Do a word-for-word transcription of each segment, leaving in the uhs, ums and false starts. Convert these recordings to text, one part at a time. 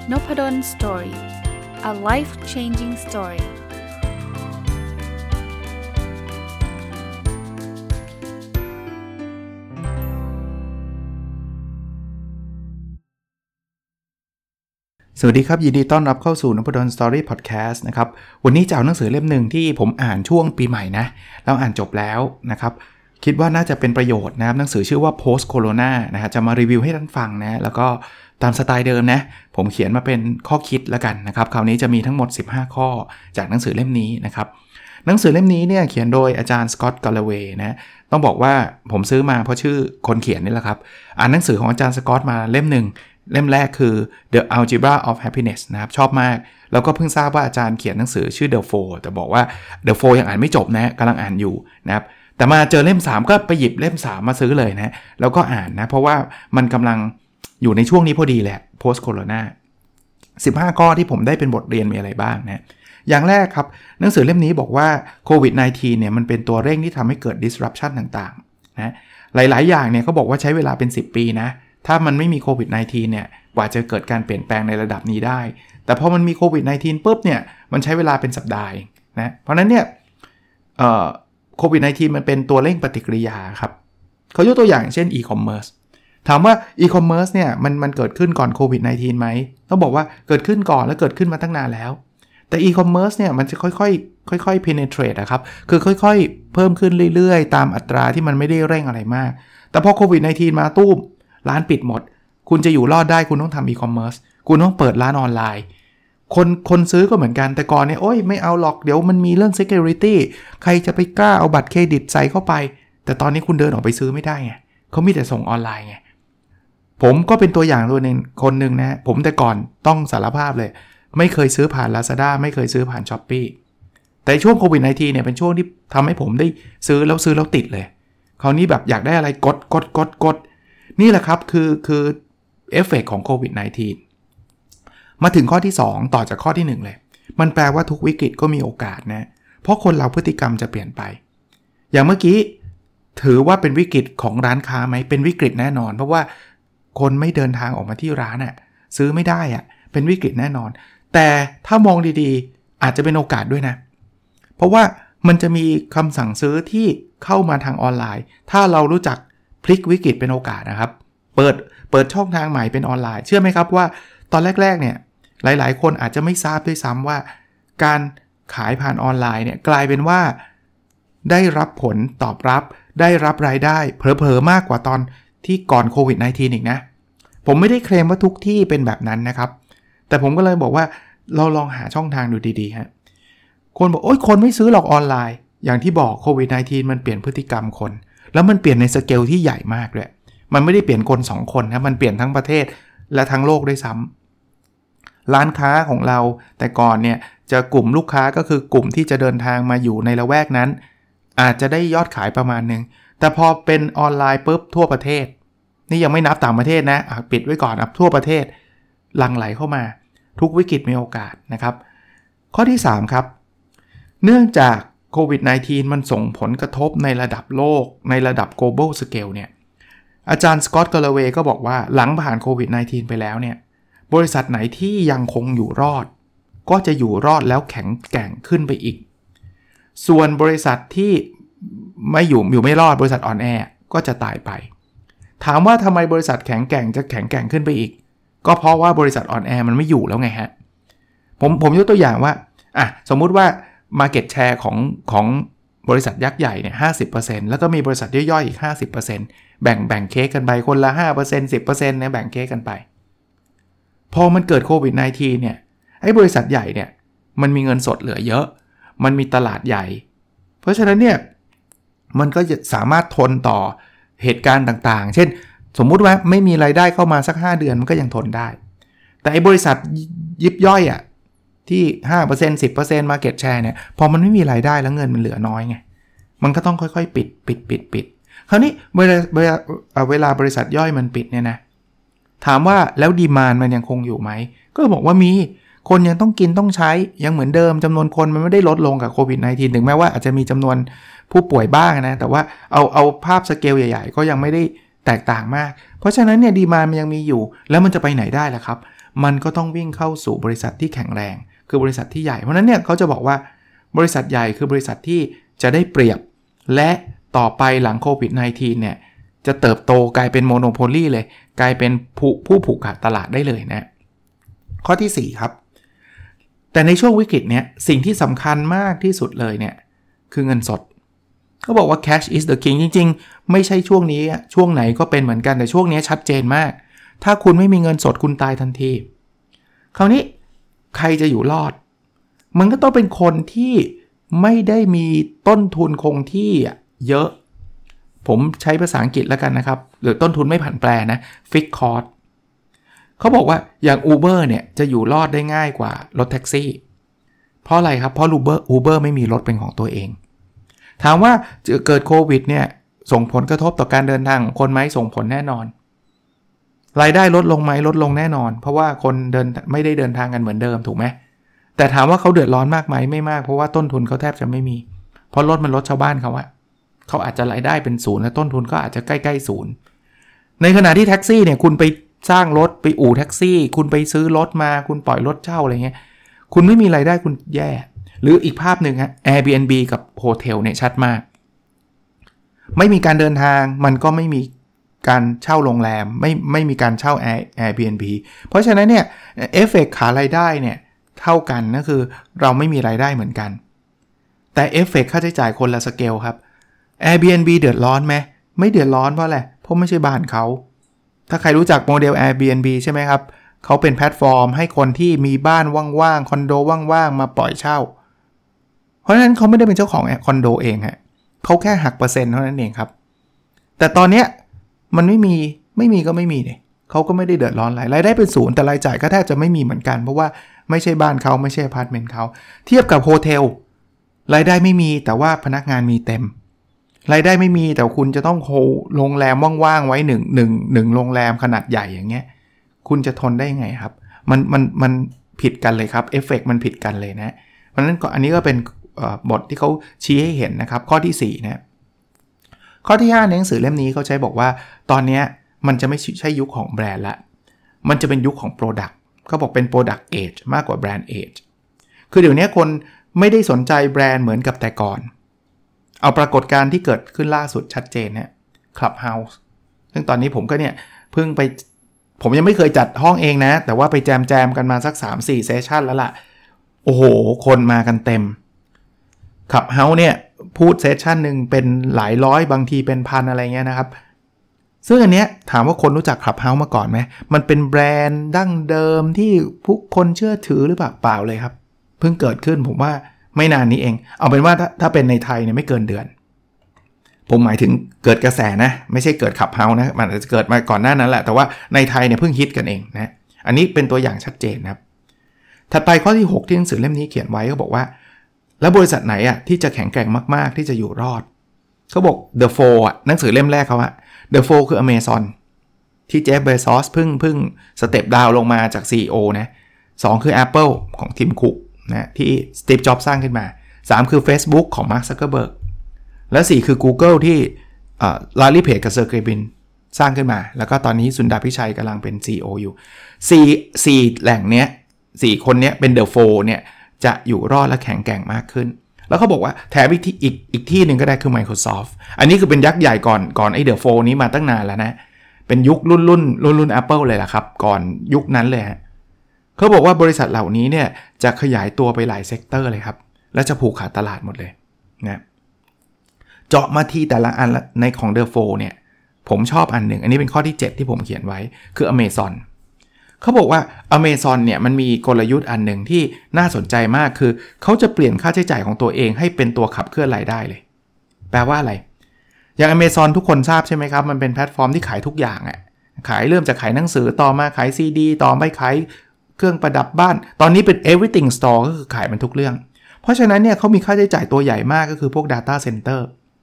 Nopadon Story. A life-changing story. สวัสดีครับยินดีต้อนรับเข้าสู่ Nopadon Story Podcast นะครับวันนี้จะเอาหนังสือเล่มหนึ่งที่ผมอ่านช่วงปีใหม่นะแล้วอ่านจบแล้วนะครับคิดว่าน่าจะเป็นประโยชน์นะครับหนังสือชื่อว่า Post Corona นะฮะจะมารีวิวให้ท่านฟังนะแล้วก็ตามสไตล์เดิมนะผมเขียนมาเป็นข้อคิดแล้วกันนะครับคราวนี้จะมีทั้งหมดสิบห้าข้อจากหนังสือเล่มนี้นะครับหนังสือเล่มนี้เนี่ยเขียนโดยอาจารย์สกอตต์ กัลลาเวย์นะต้องบอกว่าผมซื้อมาเพราะชื่อคนเขียนนี่แหละครับอ่านหนังสือของอาจารย์สกอตต์มาเล่มนึงเล่มแรกคือ The Algebra of Happiness นะครับชอบมากแล้วก็เพิ่งทราบว่าอาจารย์เขียนหนังสือชื่อ The Four แต่บอกว่า The Four ยังอ่านไม่จบนะกำลังอ่านอยู่นะครับแต่มาเจอเล่มสามก็ไปหยิบเล่มสามมาซื้อเลยนะแล้วก็อ่านนะเพราะว่ามันกำลังอยู่ในช่วงนี้พอดีแหละ Post Corona สิบห้าข้อที่ผมได้เป็นบทเรียนมีอะไรบ้างนะอย่างแรกครับหนังสือเล่มนี้บอกว่าโควิด สิบเก้า เนี่ยมันเป็นตัวเร่งที่ทำให้เกิด disruption ต่างๆนะหลายๆอย่างเนี่ยเขาบอกว่าใช้เวลาเป็นสิบปีนะถ้ามันไม่มีโควิด สิบเก้า เนี่ยกว่าจะเกิดการเปลี่ยนแปลงในระดับนี้ได้แต่พอมันมีโควิด สิบเก้า ปุ๊บเนี่ยมันใช้เวลาเป็นสัปดาห์นะเพราะนั้นเนี่ยเอ่อโควิด สิบเก้า มันเป็นตัวเร่งปฏิกิริยาครับเขายกตัวอย่างเช่น e-commerce ถามว่า e-commerce เนี่ยมันมันเกิดขึ้นก่อนโควิด สิบเก้า ไหมต้องบอกว่าเกิดขึ้นก่อนและเกิดขึ้นมาตั้งนานแล้วแต่ e-commerce เนี่ยมันจะค่อยๆค่อยๆ penetrate นะครับคือค่อยๆเพิ่มขึ้นเรื่อยๆตามอัตราที่มันไม่ได้เร่งอะไรมากแต่พอโควิด สิบเก้า มาตู้มร้านปิดหมดคุณจะอยู่รอดได้คุณต้องทำ e-commerce คุณต้องเปิดร้านออนไลน์คนคนซื้อก็เหมือนกันแต่ก่อนเนี่ยโอ้ยไม่เอาหรอกเดี๋ยวมันมีเรื่อง security ใครจะไปกล้าเอาบัตรเครดิตใส่เข้าไปแต่ตอนนี้คุณเดินออกไปซื้อไม่ได้ไงเขามีแต่ส่งออนไลน์ไงผมก็เป็นตัวอย่างตัวนึงคนนึงนะผมแต่ก่อนต้องสารภาพเลยไม่เคยซื้อผ่าน Lazada ไม่เคยซื้อผ่าน Shopee แต่ช่วงโควิด สิบเก้า เนี่ยเป็นช่วงที่ทำให้ผมได้ซื้อแล้วซื้อแล้วติดเลยคราวนี้แบบอยากได้อะไรกดกดกดกดนี่แหละครับคือคือเอฟเฟกต์ของโควิด สิบเก้า มาถึงข้อที่สองต่อจากข้อที่หนึ่งเลยมันแปลว่าทุกวิกฤตก็มีโอกาสนะเพราะคนเราพฤติกรรมจะเปลี่ยนไปอย่างเมื่อกี้ถือว่าเป็นวิกฤตของร้านค้าไหมเป็นวิกฤตแน่นอนเพราะว่าคนไม่เดินทางออกมาที่ร้านอ่ะซื้อไม่ได้อ่ะเป็นวิกฤตแน่นอนแต่ถ้ามองดีๆอาจจะเป็นโอกาสด้วยนะเพราะว่ามันจะมีคำสั่งซื้อที่เข้ามาทางออนไลน์ถ้าเรารู้จักพลิกวิกฤตเป็นโอกาสนะครับเปิดเปิดช่องทางใหม่เป็นออนไลน์เชื่อไหมครับว่าตอนแรกๆเนี่ยหลายๆคนอาจจะไม่ทราบด้วยซ้ำว่าการขายผ่านออนไลน์เนี่ยกลายเป็นว่าได้รับผลตอบรับได้รับรายได้เผลอๆมากกว่าตอนที่ก่อนโควิด สิบเก้า อีกนะผมไม่ได้เคลมว่าทุกที่เป็นแบบนั้นนะครับแต่ผมก็เลยบอกว่าเราลองหาช่องทางดูดีๆฮะคนบอกโอ๊ยคนไม่ซื้อหรอกออนไลน์อย่างที่บอกโควิด สิบเก้า มันเปลี่ยนพฤติกรรมคนแล้วมันเปลี่ยนในสเกลที่ใหญ่มากด้วยมันไม่ได้เปลี่ยนคนสองคนนะมันเปลี่ยนทั้งประเทศและทั้งโลกด้วยซ้ำร้านค้าของเราแต่ก่อนเนี่ยจะกลุ่มลูกค้าก็คือกลุ่มที่จะเดินทางมาอยู่ในละแวกนั้นอาจจะได้ยอดขายประมาณนึงแต่พอเป็นออนไลน์ปุ๊บทั่วประเทศนี่ยังไม่นับต่างประเทศนะปิดไว้ก่อนนะทั่วประเทศหลั่งไหลเข้ามาทุกวิกฤตมีโอกาสนะครับข้อที่สามครับเนื่องจากโควิด สิบเก้า มันส่งผลกระทบในระดับโลกในระดับ global scale เนี่ยอาจารย์สกอตต์ กัลลาเวย์ก็บอกว่าหลังผ่านโควิด สิบเก้า ไปแล้วเนี่ยบริษัทไหนที่ยังคงอยู่รอดก็จะอยู่รอดแล้วแข็งแกร่งขึ้นไปอีกส่วนบริษัทที่ไม่อยู่อยู่ไม่รอดบริษัทอ่อนแอก็จะตายไปถามว่าทำไมบริษัทแข็งแกร่งจะแข็งแกร่งขึ้นไปอีกก็เพราะว่าบริษัทอ่อนแอมันไม่อยู่แล้วไงฮะผมผมยกตัวอย่างว่าอ่ะสมมุติว่า market share ของของบริษัทยักษ์ใหญ่เนี่ย ห้าสิบเปอร์เซ็นต์ แล้วก็มีบริษัทย่อยๆอีก ห้าสิบเปอร์เซ็นต์ แบ่งแบ่งเค้กกันไปคนละ ห้าเปอร์เซ็นต์ สิบเปอร์เซ็นต์ เนี่ยแบ่งเค้กกันไปพอมันเกิดโควิด สิบเก้า เนี่ยไอ้บริษัทใหญ่เนี่ยมันมีเงินสดเหลือเยอะมันมีตลาดใหญ่เพราะฉะนั้นเนี่ยมันก็จะสามารถทนต่อเหตุการณ์ต่างๆเช่นสมมุติว่าไม่มีรายได้เข้ามาสักห้าเดือนมันก็ยังทนได้แต่ไอ้บริษัทยิบย่อยอ่ะที่ ห้าเปอร์เซ็นต์ สิบเปอร์เซ็นต์ market share เนี่ยพอมันไม่มีรายได้แล้วเงินมันเหลือน้อยไงมันก็ต้องค่อยๆปิดปิดปิดปิดคราวนี้เวลาเวลาเวลาบริษัทย่อยมันปิดเนี่ยนะถามว่าแล้วดีมานด์มันยังคงอยู่ไหมก็บอกว่ามีคนยังต้องกินต้องใช้ยังเหมือนเดิมจำนวนคนมันไม่ได้ลดลงกับโควิด สิบเก้า ถึงแม้ว่าอาจจะมีจำนวนผู้ป่วยบ้างนะแต่ว่าเอาเอาภาพสเกลใหญ่ๆก็ยังไม่ได้แตกต่างมากเพราะฉะนั้นเนี่ยดีมานด์มันยังมีอยู่แล้วมันจะไปไหนได้ล่ะครับมันก็ต้องวิ่งเข้าสู่บริษัทที่แข็งแรงคือบริษัทที่ใหญ่เพราะนั้นเนี่ยเขาจะบอกว่าบริษัทใหญ่คือบริษัทที่จะได้เปรียบและต่อไปหลังโควิด สิบเก้า เนี่ยจะเติบโตกลายเป็นโมโนโพลีเลยกลายเป็นผู้ผู้ผูกขาดตลาดได้เลยนะข้อที่สี่ครับแต่ในช่วงวิกฤตเนี่ยสิ่งที่สำคัญมากที่สุดเลยเนี่ยคือเงินสดเขาบอกว่า cash is the king จริงๆไม่ใช่ช่วงนี้ช่วงไหนก็เป็นเหมือนกันแต่ช่วงนี้ชัดเจนมากถ้าคุณไม่มีเงินสดคุณตายทันทีคราวนี้ใครจะอยู่รอดมันก็ต้องเป็นคนที่ไม่ได้มีต้นทุนคงที่เยอะผมใช้ภาษาอังกฤษแล้วกันนะครับหรือต้นทุนไม่ผันแปรนะ fixed cost เขาบอกว่าอย่าง Uber เนี่ยจะอยู่รอดได้ง่ายกว่ารถแท็กซี่เพราะอะไรครับเพราะ Uber Uber ไม่มีรถเป็นของตัวเองถามว่าเกิดโควิดเนี่ยส่งผลกระทบต่อการเดินทางของคนไหมส่งผลแน่นอนรายได้ลดลงไหมลดลงแน่นอนเพราะว่าคนเดินไม่ได้เดินทางกันเหมือนเดิมถูกไหมแต่ถามว่าเขาเดือดร้อนมากไหมไม่มากเพราะว่าต้นทุนเขาแทบจะไม่มีเพราะรถมันลดชาวบ้านเขาอะเขาอาจจะรายได้เป็นศูนย์และต้นทุนก็อาจจะใกล้ๆศูนย์ในขณะที่แท็กซี่เนี่ยคุณไปสร้างรถไปอู่แท็กซี่คุณไปซื้อรถมาคุณปล่อยรถเช่าอะไรเงี้ยคุณไม่มีรายได้คุณแย่หรืออีกภาพหนึ่งฮะ Airbnb กับโฮเทลเนี่ยชัดมากไม่มีการเดินทางมันก็ไม่มีการเช่าโรงแรมไม่ไม่มีการเช่า Airbnb เพราะฉะนั้นเนี่ยเอฟเฟกต์ขารายได้เนี่ยเท่ากันนั่นคือเราไม่มีรายได้เหมือนกันแต่เอฟเฟกต์ค่าใช้จ่ายคนละสเกลครับ Airbnb เดือดร้อนไหมไม่เดือดร้อนเพราะอะไรเพราะไม่ใช่บ้านเขาถ้าใครรู้จักโมเดล Airbnb ใช่ไหมครับเขาเป็นแพลตฟอร์มให้คนที่มีบ้านว่างๆคอนโดว่างๆมาปล่อยเช่าเพราะฉะนั้นเขาไม่ได้เป็นเจ้าของคอนโดเองฮะเขาแค่หักเปอร์เซ็นต์เท่านั้นเองครับแต่ตอนเนี้ยมันไม่มีไม่มีก็ไม่มีเนี่ยเขาก็ไม่ได้เดือดร้อนอะไรรายได้เป็นศูนย์แต่รายจ่ายก็แทบจะไม่มีเหมือนกันเพราะว่าไม่ใช่บ้านเขาไม่ใช่อพาร์ตเมนต์เขาเทียบกับโฮเทลรายได้ไม่มีแต่ว่าพนักงานมีเต็มรายได้ไม่มีแต่คุณจะต้องโฮโรงแรมว่างๆไว้1 1 1โรงแรมขนาดใหญ่อย่างเงี้ยคุณจะทนได้ยังไงครับมันมันมันผิดกันเลยครับเอฟเฟกต์มันผิดกันเลยนะเพราะฉะนั้นอันนี้ก็เป็นบทที่เขาชี้ให้เห็นนะครับข้อที่สี่นะข้อที่ห้าในหนังสือเล่มนี้เขาใช้บอกว่าตอนนี้มันจะไม่ใช่ยุคของแบรนด์ละมันจะเป็นยุคของ Product เขาบอกเป็น Product Age มากกว่า Brand Age คือเดี๋ยวนี้คนไม่ได้สนใจแบรนด์เหมือนกับแต่ก่อนเอาปรากฏการณ์ที่เกิดขึ้นล่าสุดชัดเจนเนี่ย Clubhouse ซึ่งตอนนี้ผมก็เนี่ยเพิ่งไปผมยังไม่เคยจัดห้องเองนะแต่ว่าไปแจมๆกันมาสัก สามสี่ เซสชั่นแล้วล่ะโอ้โหคนมากันเต็ม Clubhouse เนี่ยพูดเซสชั่นนึงเป็นหลายร้อยบางทีเป็นพันอะไรเงี้ยนะครับซึ่งอันเนี้ยถามว่าคนรู้จัก Clubhouse มาก่อนไหมมันเป็นแบรนด์ดั้งเดิมที่ผู้คนเชื่อถือหรือเปล่าเปล่าเลยครับเพิ่งเกิดขึ้นผมว่าไม่นานนี้เองเอาเป็นว่าถ้าถ้าเป็นในไทยเนี่ยไม่เกินเดือนผมหมายถึงเกิดกระแสนะไม่ใช่เกิด Clubhouse นะมันอาจจะเกิดมาก่อนหน้านั้นแหละแต่ว่าในไทยเนี่ยเพิ่งฮิตกันเองนะอันนี้เป็นตัวอย่างชัดเจนนะครับถัดไปข้อที่หกที่หนังสือเล่มนี้เขียนไว้เขาบอกว่าแล้วบริษัทไหนอ่ะที่จะแข็งแกร่งมากๆที่จะอยู่รอดเขาบอก The Four อ่ะหนังสือเล่มแรกเขาอะ The Four คือ Amazon ที่เจฟ เบซอสเพิ่งเพิ่งสเต็ปดาวลงมาจาก ซี อี โอ นะสองคือ Apple ของทิมคุกนะที่สตีฟ จ็อบส์สร้างขึ้นมาสามคือ Facebook ของ Mark Zuckerberg และสี่คือ Google ที่อ่า Larry Page กับ Sergey Brin สร้างขึ้นมาแล้วก็ตอนนี้สุนดาพิชัยกำลังเป็น ซี อี โอ อยู่สี่ สี่แหล่งเนี้ยสี่คนเนี้ยเป็น The Four เนี่ยจะอยู่รอดและแข็งแกร่งมากขึ้นแล้วเขาบอกว่าแถมอีกที่อีกอีกที่หนึ่งก็ได้คือ Microsoft อันนี้คือเป็นยักษ์ใหญ่ก่อนก่อนไอ้ The Four นี้มาตั้งนานแล้วนะเป็นยุครุ่นรุ่นรุ่นรุ่น Apple เลยล่ะครับก่อนยุคนั้นเลยฮะเขาบอกว่าบริษัทเหล่านี้เนี่ยจะขยายตัวไปหลายเซกเตอร์เลยครับและจะผูกขาดตลาดหมดเลยนะเจาะมาที่แต่ละอันในของ The Four เนี่ยผมชอบอันหนึ่งอันนี้เป็นข้อที่เจ็ดที่ผมเขียนไว้คือ Amazonเขาบอกว่า Amazon เนี่ยมันมีกลยุทธ์อันหนึ่งที่น่าสนใจมากคือเขาจะเปลี่ยนค่าใช้จ่ายของตัวเองให้เป็นตัวขับเคลื่อนรายได้เลยแปลว่าอะไรอย่าง Amazon ทุกคนทราบใช่ไหมครับมันเป็นแพลตฟอร์มที่ขายทุกอย่างอ่ะขายเริ่มจากขายหนังสือต่อมาขาย ซี ดี ต่อไปขายเครื่องประดับบ้านตอนนี้เป็น everything store ก็คือขายมันทุกเรื่องเพราะฉะนั้นเนี่ยเขามีค่าใช้จ่ายตัวใหญ่มากก็คือพวก data center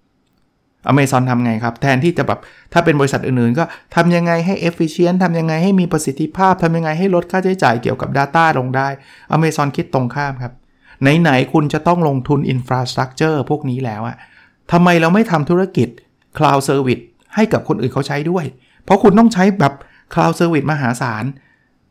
Amazon ทำไงครับแทนที่จะแบบถ้าเป็นบริษัทอื่นๆก็ทำยังไงให้ efficient ทำยังไงให้มีประสิทธิภาพทำยังไงให้ลดค่าใช้จ่ายเกี่ยวกับ data ลงได้ Amazon คิดตรงข้ามครับไหนๆคุณจะต้องลงทุน infrastructure พวกนี้แล้วอะทำไมเราไม่ทำธุรกิจ cloud service ให้กับคนอื่นเขาใช้ด้วยเพราะคุณต้องใช้แบบ cloud service มหาศาล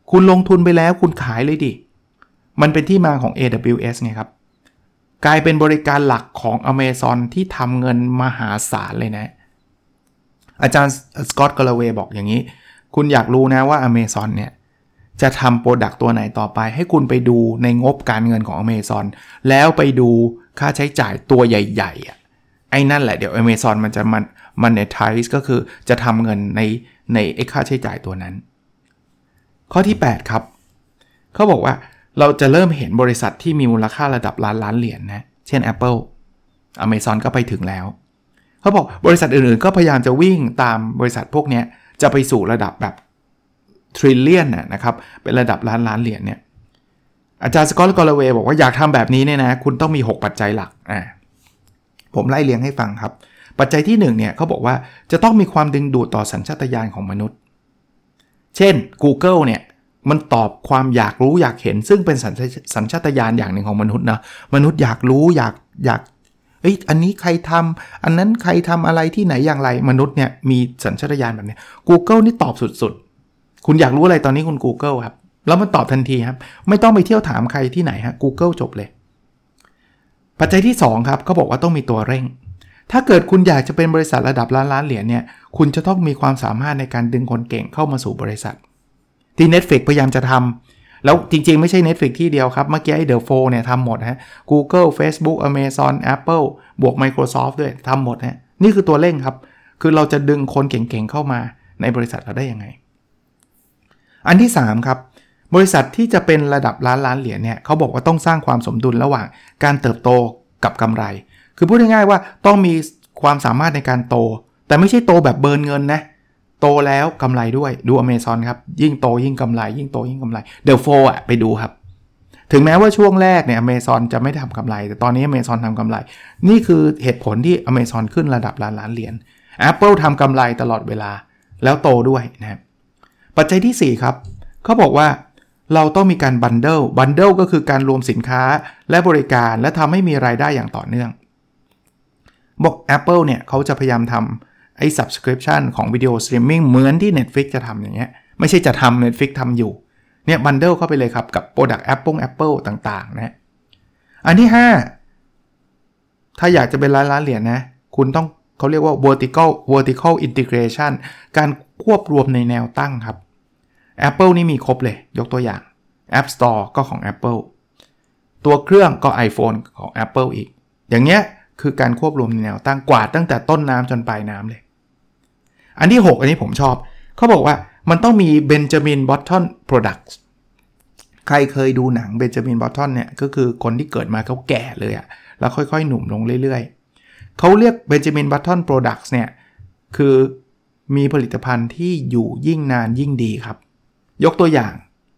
คุณลงทุนไปแล้วคุณขายเลยดิมันเป็นที่มาของ เอ ดับเบิลยู เอส ไงครับกลายเป็นบริการหลักของ Amazon ที่ทำเงินมหาศาลเลยนะอาจารย์สกอตต์กอลเวย์บอกอย่างนี้คุณอยากรู้นะว่า Amazon เนี่ยจะทำโปรดักต์ตัวไหนต่อไปให้คุณไปดูในงบการเงินของ Amazon แล้วไปดูค่าใช้จ่ายตัวใหญ่ๆอ่ะไอ้นั่นแหละเดี๋ยว Amazon มันจะมัน monetize ก็คือจะทำเงินในในไอ้ค่าใช้จ่ายตัวนั้นข้อที่แปดครับเขาบอกว่าเราจะเริ่มเห็นบริษัทที่มีมูลค่าระดับล้านล้านเหรียญ นะเช่น Apple Amazon ก็ไปถึงแล้วเขาบอกบริษัทอื่นๆก็พยายามจะวิ่งตามบริษัทพวกนี้จะไปสู่ระดับแบบทริลเลียนนะครับเป็นระดับล้านล้านเหรียญเนี่ยอาจารย์สกอตต์กอลเวย์บอกว่าอยากทำแบบนี้เนี่ยนะคุณต้องมีหกปัจจัยหลักอ่าผมไล่เรียงให้ฟังครับปัจจัยที่หนึ่งเนี่ยเขาบอกว่าจะต้องมีความดึงดูดต่อสัญชาตญาณของมนุษย์เช่น Google เนี่ยมันตอบความอยากรู้อยากเห็นซึ่งเป็นสัญชาตญาณอย่างหนึ่งของมนุษย์นะมนุษย์อยากรู้อยากอยากเอ้ยอันนี้ใครทำอันนั้นใครทำอะไรที่ไหนอย่างไรมนุษย์เนี่ยมีสัญชาตญาณแบบนี้ Google นี่ตอบสุดๆคุณอยากรู้อะไรตอนนี้คุณ Google ครับแล้วมันตอบทันทีครับไม่ต้องไปเที่ยวถามใครที่ไหนฮะ Google จบเลยปัจจัยที่สองครับเขาบอกว่าต้องมีตัวเร่งถ้าเกิดคุณอยากจะเป็นบริษัทระดับล้านล้านเหรียญเนี่ยคุณจะต้องมีความสามารถในการดึงคนเก่งเข้ามาสู่บริษัทที่ Netflix พยายามจะทำแล้วจริงๆไม่ใช่ Netflix ที่เดียวครับเมื่อกี้ไอ้ The Four เนี่ยทำหมดฮะ Google Facebook Amazon Apple บวก Microsoft ด้วยทำหมดฮะนี่คือตัวเร่งครับคือเราจะดึงคนเก่งๆเข้ามาในบริษัทเราได้ยังไงอันที่สามครับบริษัทที่จะเป็นระดับล้านล้านเหรียญเนี่ยเขาบอกว่าต้องสร้างความสมดุลระหว่างการเติบโตกับกำไรคือพูดง่ายๆว่าต้องมีความสามารถในการโตแต่ไม่ใช่โตแบบเบิร์นเงินนะโตแล้วกำไรด้วยดู Amazon ครับยิ่งโตยิ่งกำไรยิ่งโตยิ่งกำไร The Four อ่ะไปดูครับถึงแม้ว่าช่วงแรกเนี่ย Amazon จะไม่ทำกำไรแต่ตอนนี้ Amazon ทำกำไรนี่คือเหตุผลที่ Amazon ขึ้นระดับล้านล้านเหรียญ Apple ทำกำไรตลอดเวลาแล้วโตด้วยนะครับปัจจัยที่สี่ครับเขาบอกว่าเราต้องมีการบันเดิลบันเดิลก็คือการรวมสินค้าและบริการและทำให้มีรายได้อย่างต่อเนื่องบอก Apple เนี่ยเขาจะพยายามทำไอ้ subscription ของวิดีโอสตรีมมิ่งเหมือนที่ Netflix จะทำอย่างเงี้ยไม่ใช่จะทำ Netflix ทำอยู่เนี่ยบันเดิลเข้าไปเลยครับกับ Product Apple Apple ต่างๆนะอันที่ห้าถ้าอยากจะเป็นล้านล้านเหรียญนะคุณต้องเขาเรียกว่า vertical vertical integration การควบรวมในแนวตั้งครับ Apple นี่มีครบเลยยกตัวอย่าง App Store ก็ของ Apple ตัวเครื่องก็ iPhone ของ Apple อีกอย่างเงี้ยคือการควบรวมในแนวตั้งกวาดตั้งแต่ต้นน้ำจนปลายน้ำเลยอันที่หกอันนี้ผมชอบเขาบอกว่ามันต้องมี Benjamin Button Products ใครเคยดูหนัง Benjamin Button เนี่ยก็คือคนที่เกิดมาเขาแก่เลยอะแล้วค่อยๆหนุ่มลงเรื่อยๆเขาเรียก Benjamin Button Products เนี่ยคือมีผลิตภัณฑ์ที่อยู่ยิ่งนานยิ่งดีครับยกตัวอย่าง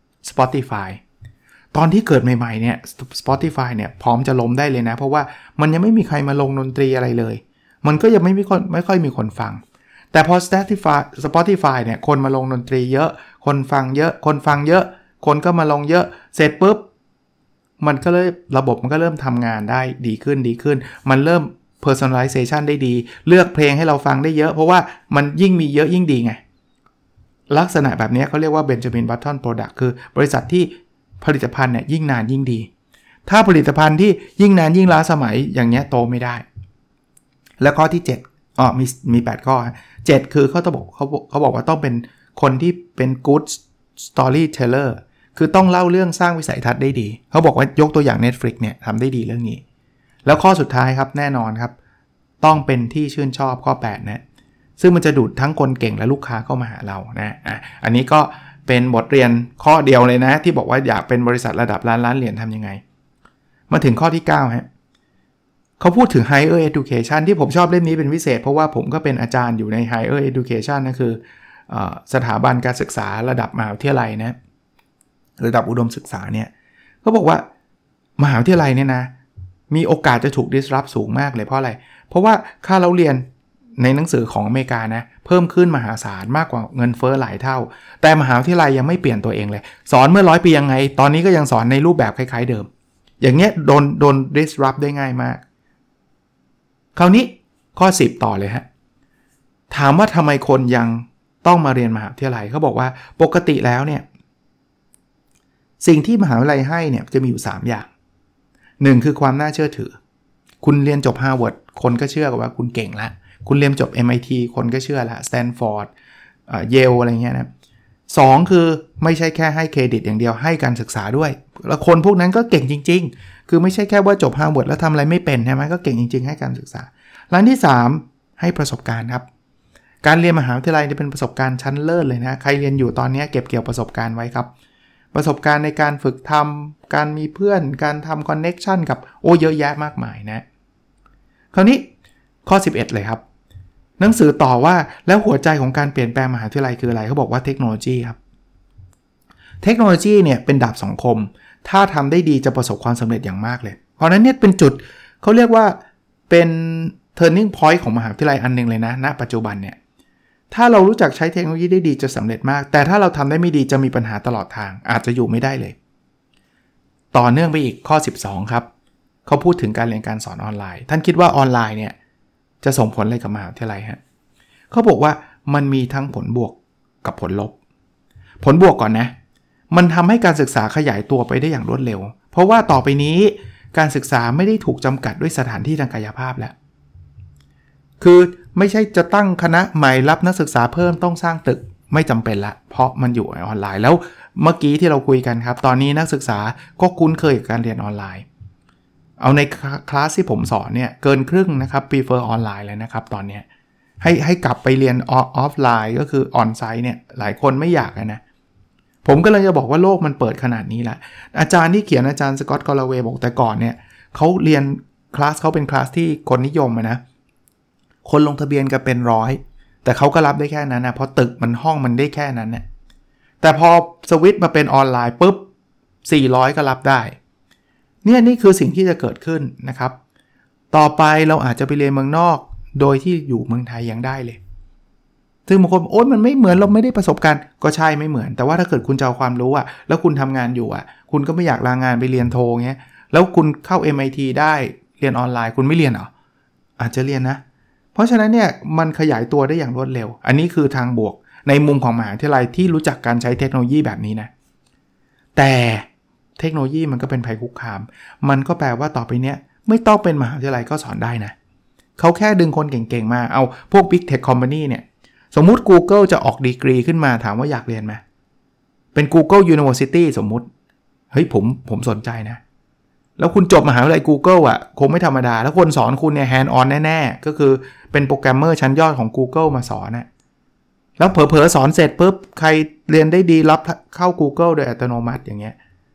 Spotify ตอนที่เกิดใหม่ๆเนี่ย Spotify เนี่ยพร้อมจะล้มได้เลยนะเพราะว่ามันยังไม่มีใครมาลงดนตรีอะไรเลยมันก็ยังไม่มีคนไม่ค่อยมีคนฟังแต่พอ Spotify Spotify เนี่ยคนมาลงดนตรีเยอะคนฟังเยอะคนฟังเยอะคนก็มาลงเยอะเสร็จปุ๊บมันก็เลยระบบมันก็เริ่มทำงานได้ดีขึ้นดีขึ้นมันเริ่ม personalization ได้ดีเลือกเพลงให้เราฟังได้เยอะเพราะว่ามันยิ่งมีเยอะยิ่งดีไงลักษณะแบบนี้เขาเรียกว่า Benjamin Button Product คือบริษัทที่ผลิตภัณฑ์เนี่ยยิ่งนานยิ่งดีถ้าผลิตภัณฑ์ที่ยิ่งนานยิ่งล้าสมัยอย่างเงี้ยโตไม่ได้และข้อที่เจ็ดอ๋อมีมีแปดข้อเจ็ดคือเขาต้องบอกเขาเขาบอกว่าต้องเป็นคนที่เป็น good storyteller คือต้องเล่าเรื่องสร้างวิสัยทัศน์ได้ดีเขาบอกว่ายกตัวอย่าง Netflix เนี่ยทำได้ดีเรื่องนี้แล้วข้อสุดท้ายครับแน่นอนครับต้องเป็นที่ชื่นชอบข้อแปดนะซึ่งมันจะดูดทั้งคนเก่งและลูกค้าเข้ามาหาเรานะอ่ะอันนี้ก็เป็นบทเรียนข้อเดียวเลยนะที่บอกว่าอยากเป็นบริษัทระดับล้านล้านเหรียญทำยังไงมาถึงข้อที่เก้าฮะเขาพูดถึง higher education ที่ผมชอบเล่มนี้เป็นพิเศษเพราะว่าผมก็เป็นอาจารย์อยู่ใน higher education นั่นคือสถาบันการศึกษาระดับมหาวิทยาลัยนะระดับอุดมศึกษาเนี่ยเขาบอกว่ามหาวิทยาลัยเนี่ยนะมีโอกาสจะถูก disrupt สูงมากเลยเพราะอะไรเพราะว่าค่าเล่าเรียนในหนังสือของอเมริกานะเพิ่มขึ้นมหาศาลมากกว่าเงินเฟ้อหลายเท่าแต่มหาวิทยาลัยยังไม่เปลี่ยนตัวเองเลยสอนเมื่อร้อยปียังไงตอนนี้ก็ยังสอนในรูปแบบคล้ายๆเดิมอย่างเงี้ยโดนโดน disrupt ได้ง่ายมากคราวนี้ข้อสิบต่อเลยฮะถามว่าทำไมคนยังต้องมาเรียนมหาวิทยาลัยเขาบอกว่าปกติแล้วเนี่ยสิ่งที่มหาวิทยาลัยให้เนี่ยจะมีอยู่สามอย่างหนึ่งคือความน่าเชื่อถือคุณเรียนจบ Harvard คนก็เชื่อว่าคุณเก่งแล้วคุณเรียนจบ เอ็ม ไอ ที คนก็เชื่อแล้ว Stanford เอ่อ Yale อะไรเงี้ยนะสองคือไม่ใช่แค่ให้เครดิตอย่างเดียวให้การศึกษาด้วยแล้วคนพวกนั้นก็เก่งจริงๆคือไม่ใช่แค่ว่าจบ Harvard แล้วทำอะไรไม่เป็นใช่ไหมก็เก่งจริงๆให้การศึกษาร้านที่สามให้ประสบการณ์ครับการเรียนมหาวิทยาลัยนี่เป็นประสบการณ์ชั้นเลิศเลยนะใครเรียนอยู่ตอนนี้เก็บเกี่ยวประสบการณ์ไว้ครับประสบการณ์ในการฝึกทำการมีเพื่อนการทำคอนเน็กชันกับโอ้เยอะแยะมากมายนะคราวนี้ข้อสิบเอ็ดเลยครับหนังสือต่อว่าแล้วหัวใจของการเปลี่ยนแปลงมหาวิทยาลัยคืออะไรเขาบอกว่าเทคโนโลยีครับเทคโนโลยีเนี่ยเป็นดาบสองคมถ้าทำได้ดีจะประสบความสำเร็จอย่างมากเลยเพราะนั้นเนี่ยเป็นจุดเขาเรียกว่าเป็น turning point ของมหาวิทยาลัยอันนึงเลยนะณปัจจุบันเนี่ยถ้าเรารู้จักใช้เทคโนโลยีได้ดีจะสำเร็จมากแต่ถ้าเราทำได้ไม่ดีจะมีปัญหาตลอดทางอาจจะอยู่ไม่ได้เลยต่อเนื่องไปอีกข้อสิบสองครับเขาพูดถึงการเรียนการสอนออนไลน์ท่านคิดว่าออนไลน์เนี่ยจะส่งผลอะไรกับมหาวิทยาลัยฮะเขาบอกว่ามันมีทั้งผลบวกกับผลลบผลบวกก่อนนะมันทำให้การศึกษาขยายตัวไปได้อย่างรวดเร็วเพราะว่าต่อไปนี้การศึกษาไม่ได้ถูกจำกัดด้วยสถานที่ทางกายภาพแล้วคือไม่ใช่จะตั้งคณะใหม่รับนักศึกษาเพิ่มต้องสร้างตึกไม่จำเป็นละเพราะมันอยู่ออนไลน์แล้วเมื่อกี้ที่เราคุยกันครับตอนนี้นักศึกษาก็คุ้นเคยกับการเรียนออนไลน์เอาในคลาสที่ผมสอนเนี่ยเกินครึ่งนะครับ prefer ออนไลน์เลยนะครับตอนนี้ให้ให้กลับไปเรียนออฟไลน์ก็คือออนไซต์เนี่ยหลายคนไม่อยากนะผมก็เลยจะบอกว่าโลกมันเปิดขนาดนี้แหละอาจารย์ที่เขียนอาจารย์สกอตต์ กอลลาเวย์บอกแต่ก่อนเนี่ยเขาเรียนคลาสเขาเป็นคลาสที่คนนิยมนะคนลงทะเบียนกันเป็นร้อยแต่เขาก็รับได้แค่นั้นนะเพราะตึกมันห้องมันได้แค่นั้นเนี่ยแต่พอสวิตช์มาเป็นออนไลน์ปุ๊บสี่ร้อยก็รับได้เนี่ยนี่คือสิ่งที่จะเกิดขึ้นนะครับต่อไปเราอาจจะไปเรียนเมืองนอกโดยที่อยู่เมืองไทยยังได้เลยซึ่งบางคนโอ๊ยมันไม่เหมือนเราไม่ได้ประสบการณ์ก็ใช่ไม่เหมือนแต่ว่าถ้าเกิดคุณจะเอาความรู้อะแล้วคุณทำงานอยู่อะคุณก็ไม่อยากลางานไปเรียนโทเงี้ยแล้วคุณเข้า เอ็ม ไอ ที ได้เรียนออนไลน์คุณไม่เรียนเหรออาจจะเรียนนะเพราะฉะนั้นเนี่ยมันขยายตัวได้อย่างรวดเร็วอันนี้คือทางบวกในมุมของมหาวิทยาลัยที่รู้จักการใช้เทคโนโลยีแบบนี้นะแต่เทคโนโลยีมันก็เป็นภัยคุกคามมันก็แปลว่าต่อไปเนี้ยไม่ต้องเป็นมหาวิทยาลัยก็สอนได้นะเขาแค่ดึงคนเก่งๆมาเอาพวก Big Tech Company เนี่ยสมมุติ Google จะออกดีกรีขึ้นมาถามว่าอยากเรียนไหมเป็น Google University สมมุติเฮ้ยผมผมสนใจนะแล้วคุณจบมหาวิทยาลัย Google อ่ะคงไม่ธรรมดาแล้วคนสอนคุณเนี่ย hand on แน่ๆก็คือเป็นโปรแกรมเมอร์ชั้นยอดของ Google มาสอนนะแล้วเผลอๆสอนเสร็จปุ๊บใครเรียนได้ดีรับเข้า Google โดยอัตโนมัติอย่างเงี้ย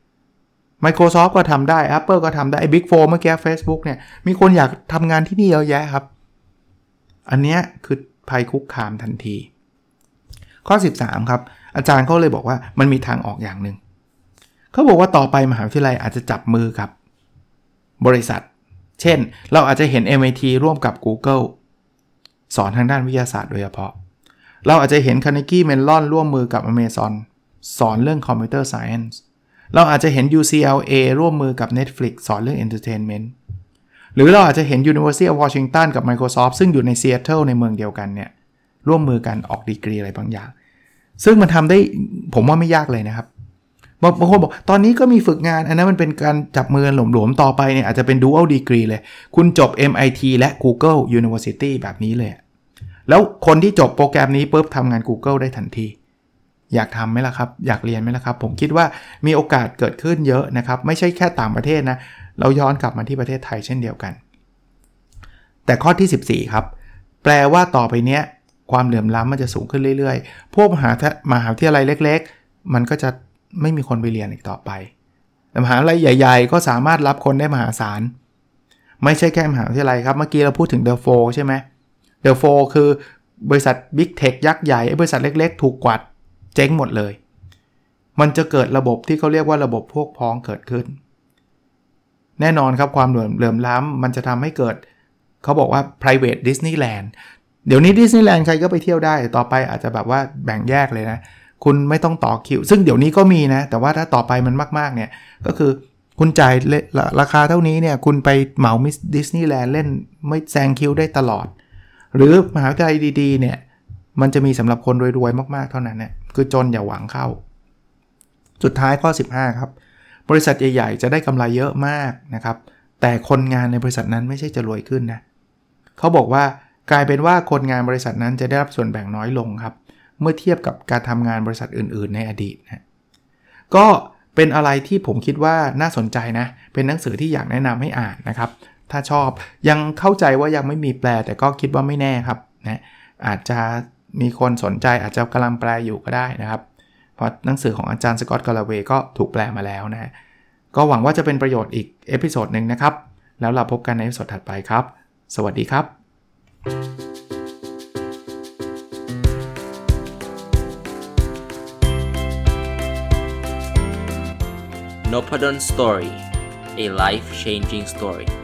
Microsoft ก็ทำได้ Apple ก็ทำได้ไอ้ Big โฟร์ เมื่อกี้ Facebook เนี่ยมีคนอยากทำงานที่นี่เยอะแยะครับอันเนี้ยคือภัยคุกคามทันทีข้อสิบสามครับอาจารย์เขาเลยบอกว่ามันมีทางออกอย่างหนึ่งเขาบอกว่าต่อไปมหาวิทยาลัยอาจจะจับมือกับบริษัทเช่นเราอาจจะเห็น เอ็ม ไอ ที ร่วมกับ Google สอนทางด้านวิทยาศาสตร์โดยเฉพาะเราอาจจะเห็น Carnegie Mellon ร่วมมือกับ Amazon สอนเรื่อง Computer Science เราอาจจะเห็น ยู ซี แอล เอ ร่วมมือกับ Netflix สอนเรื่อง Entertainment หรือเราอาจจะเห็น University of Washington กับ Microsoft ซึ่งอยู่ใน Seattle ในเมืองเดียวกันเนี่ยร่วมมือกันออกดีกรีอะไรบางอย่างซึ่งมันทำได้ผมว่าไม่ยากเลยนะครับบางคนบอกตอนนี้ก็มีฝึกงานอันนั้นมันเป็นการจับมือหลวมๆต่อไปเนี่ยอาจจะเป็น dual degree เลยคุณจบ เอ็ม ไอ ที และ Google University แบบนี้เลยแล้วคนที่จบโปรแกรมนี้ปุ๊บทำงาน Google ได้ทันทีอยากทำไหมล่ะครับอยากเรียนไหมล่ะครับผมคิดว่ามีโอกาสเกิดขึ้นเยอะนะครับไม่ใช่แค่ต่างประเทศนะเราย้อนกลับมาที่ประเทศไทยเช่นเดียวกันแต่ข้อที่สิบสี่ครับแปลว่าต่อไปเนี้ยความเหลื่อมล้ำมันจะสูงขึ้นเรื่อยๆพวกมหามหาวิทยาลัยเล็กๆมันก็จะไม่มีคนไปเรียนอีกต่อไปแต่มหาวิทยาลัยใหญ่ๆก็สามารถรับคนได้มหาศาลไม่ใช่แค่มหาวิทยาลัยครับเมื่อกี้เราพูดถึง The Four ใช่ไหม The Four คือบริษัท Big Tech ยักษ์ใหญ่ไอ้บริษัทเล็กๆถูกกวาดเจ๊งหมดเลยมันจะเกิดระบบที่เขาเรียกว่าระบบพวกพ้องเกิดขึ้นแน่นอนครับความเหลื่อมล้ำมันจะทำให้เกิดเขาบอกว่า private Disneyland เดี๋ยวนี้ Disneyland ใครก็ไปเที่ยวได้ต่อไปอาจจะแบบว่าแบ่งแยกเลยนะคุณไม่ต้องต่อคิวซึ่งเดี๋ยวนี้ก็มีนะแต่ว่าถ้าต่อไปมันมากๆเนี่ยก็คือคุณจ่ายราคาเท่านี้เนี่ยคุณไปเหมามิสดิสนีย์แลนด์เล่นไม่แซงคิวได้ตลอดหรือมหาวิทยาลัยดีๆเนี่ยมันจะมีสำหรับคนรวยๆมากๆเท่านั้นเนี่ยคือจนอย่าหวังเข้าสุดท้ายข้อสิบห้าครับบริษัทใหญ่ๆจะได้กำไรเยอะมากนะครับแต่คนงานในบริษัทนั้นไม่ใช่จะรวยขึ้นนะเขาบอกว่ากลายเป็นว่าคนงานบริษัทนั้นจะได้รับส่วนแบ่งน้อยลงครับเมื่อเทียบกับการทำงานบริษัทอื่นๆในอดีตนะก็เป็นอะไรที่ผมคิดว่าน่าสนใจนะเป็นหนังสือที่อยากแนะนำให้อ่านนะครับถ้าชอบยังเข้าใจว่ายังไม่มีแปลแต่ก็คิดว่าไม่แน่ครับนะอาจจะมีคนสนใจอาจจะกำลังแปลอยู่ก็ได้นะครับเพราะหนังสือของอาจารย์สกอตต์ กาลาเวย์ก็ถูกแปลมาแล้วนะก็หวังว่าจะเป็นประโยชน์อีกเอพิโซดนึงนะครับแล้วเราพบกันในเอพิโซดถัดไปครับสวัสดีครับ Nopadon Story, a life-changing story.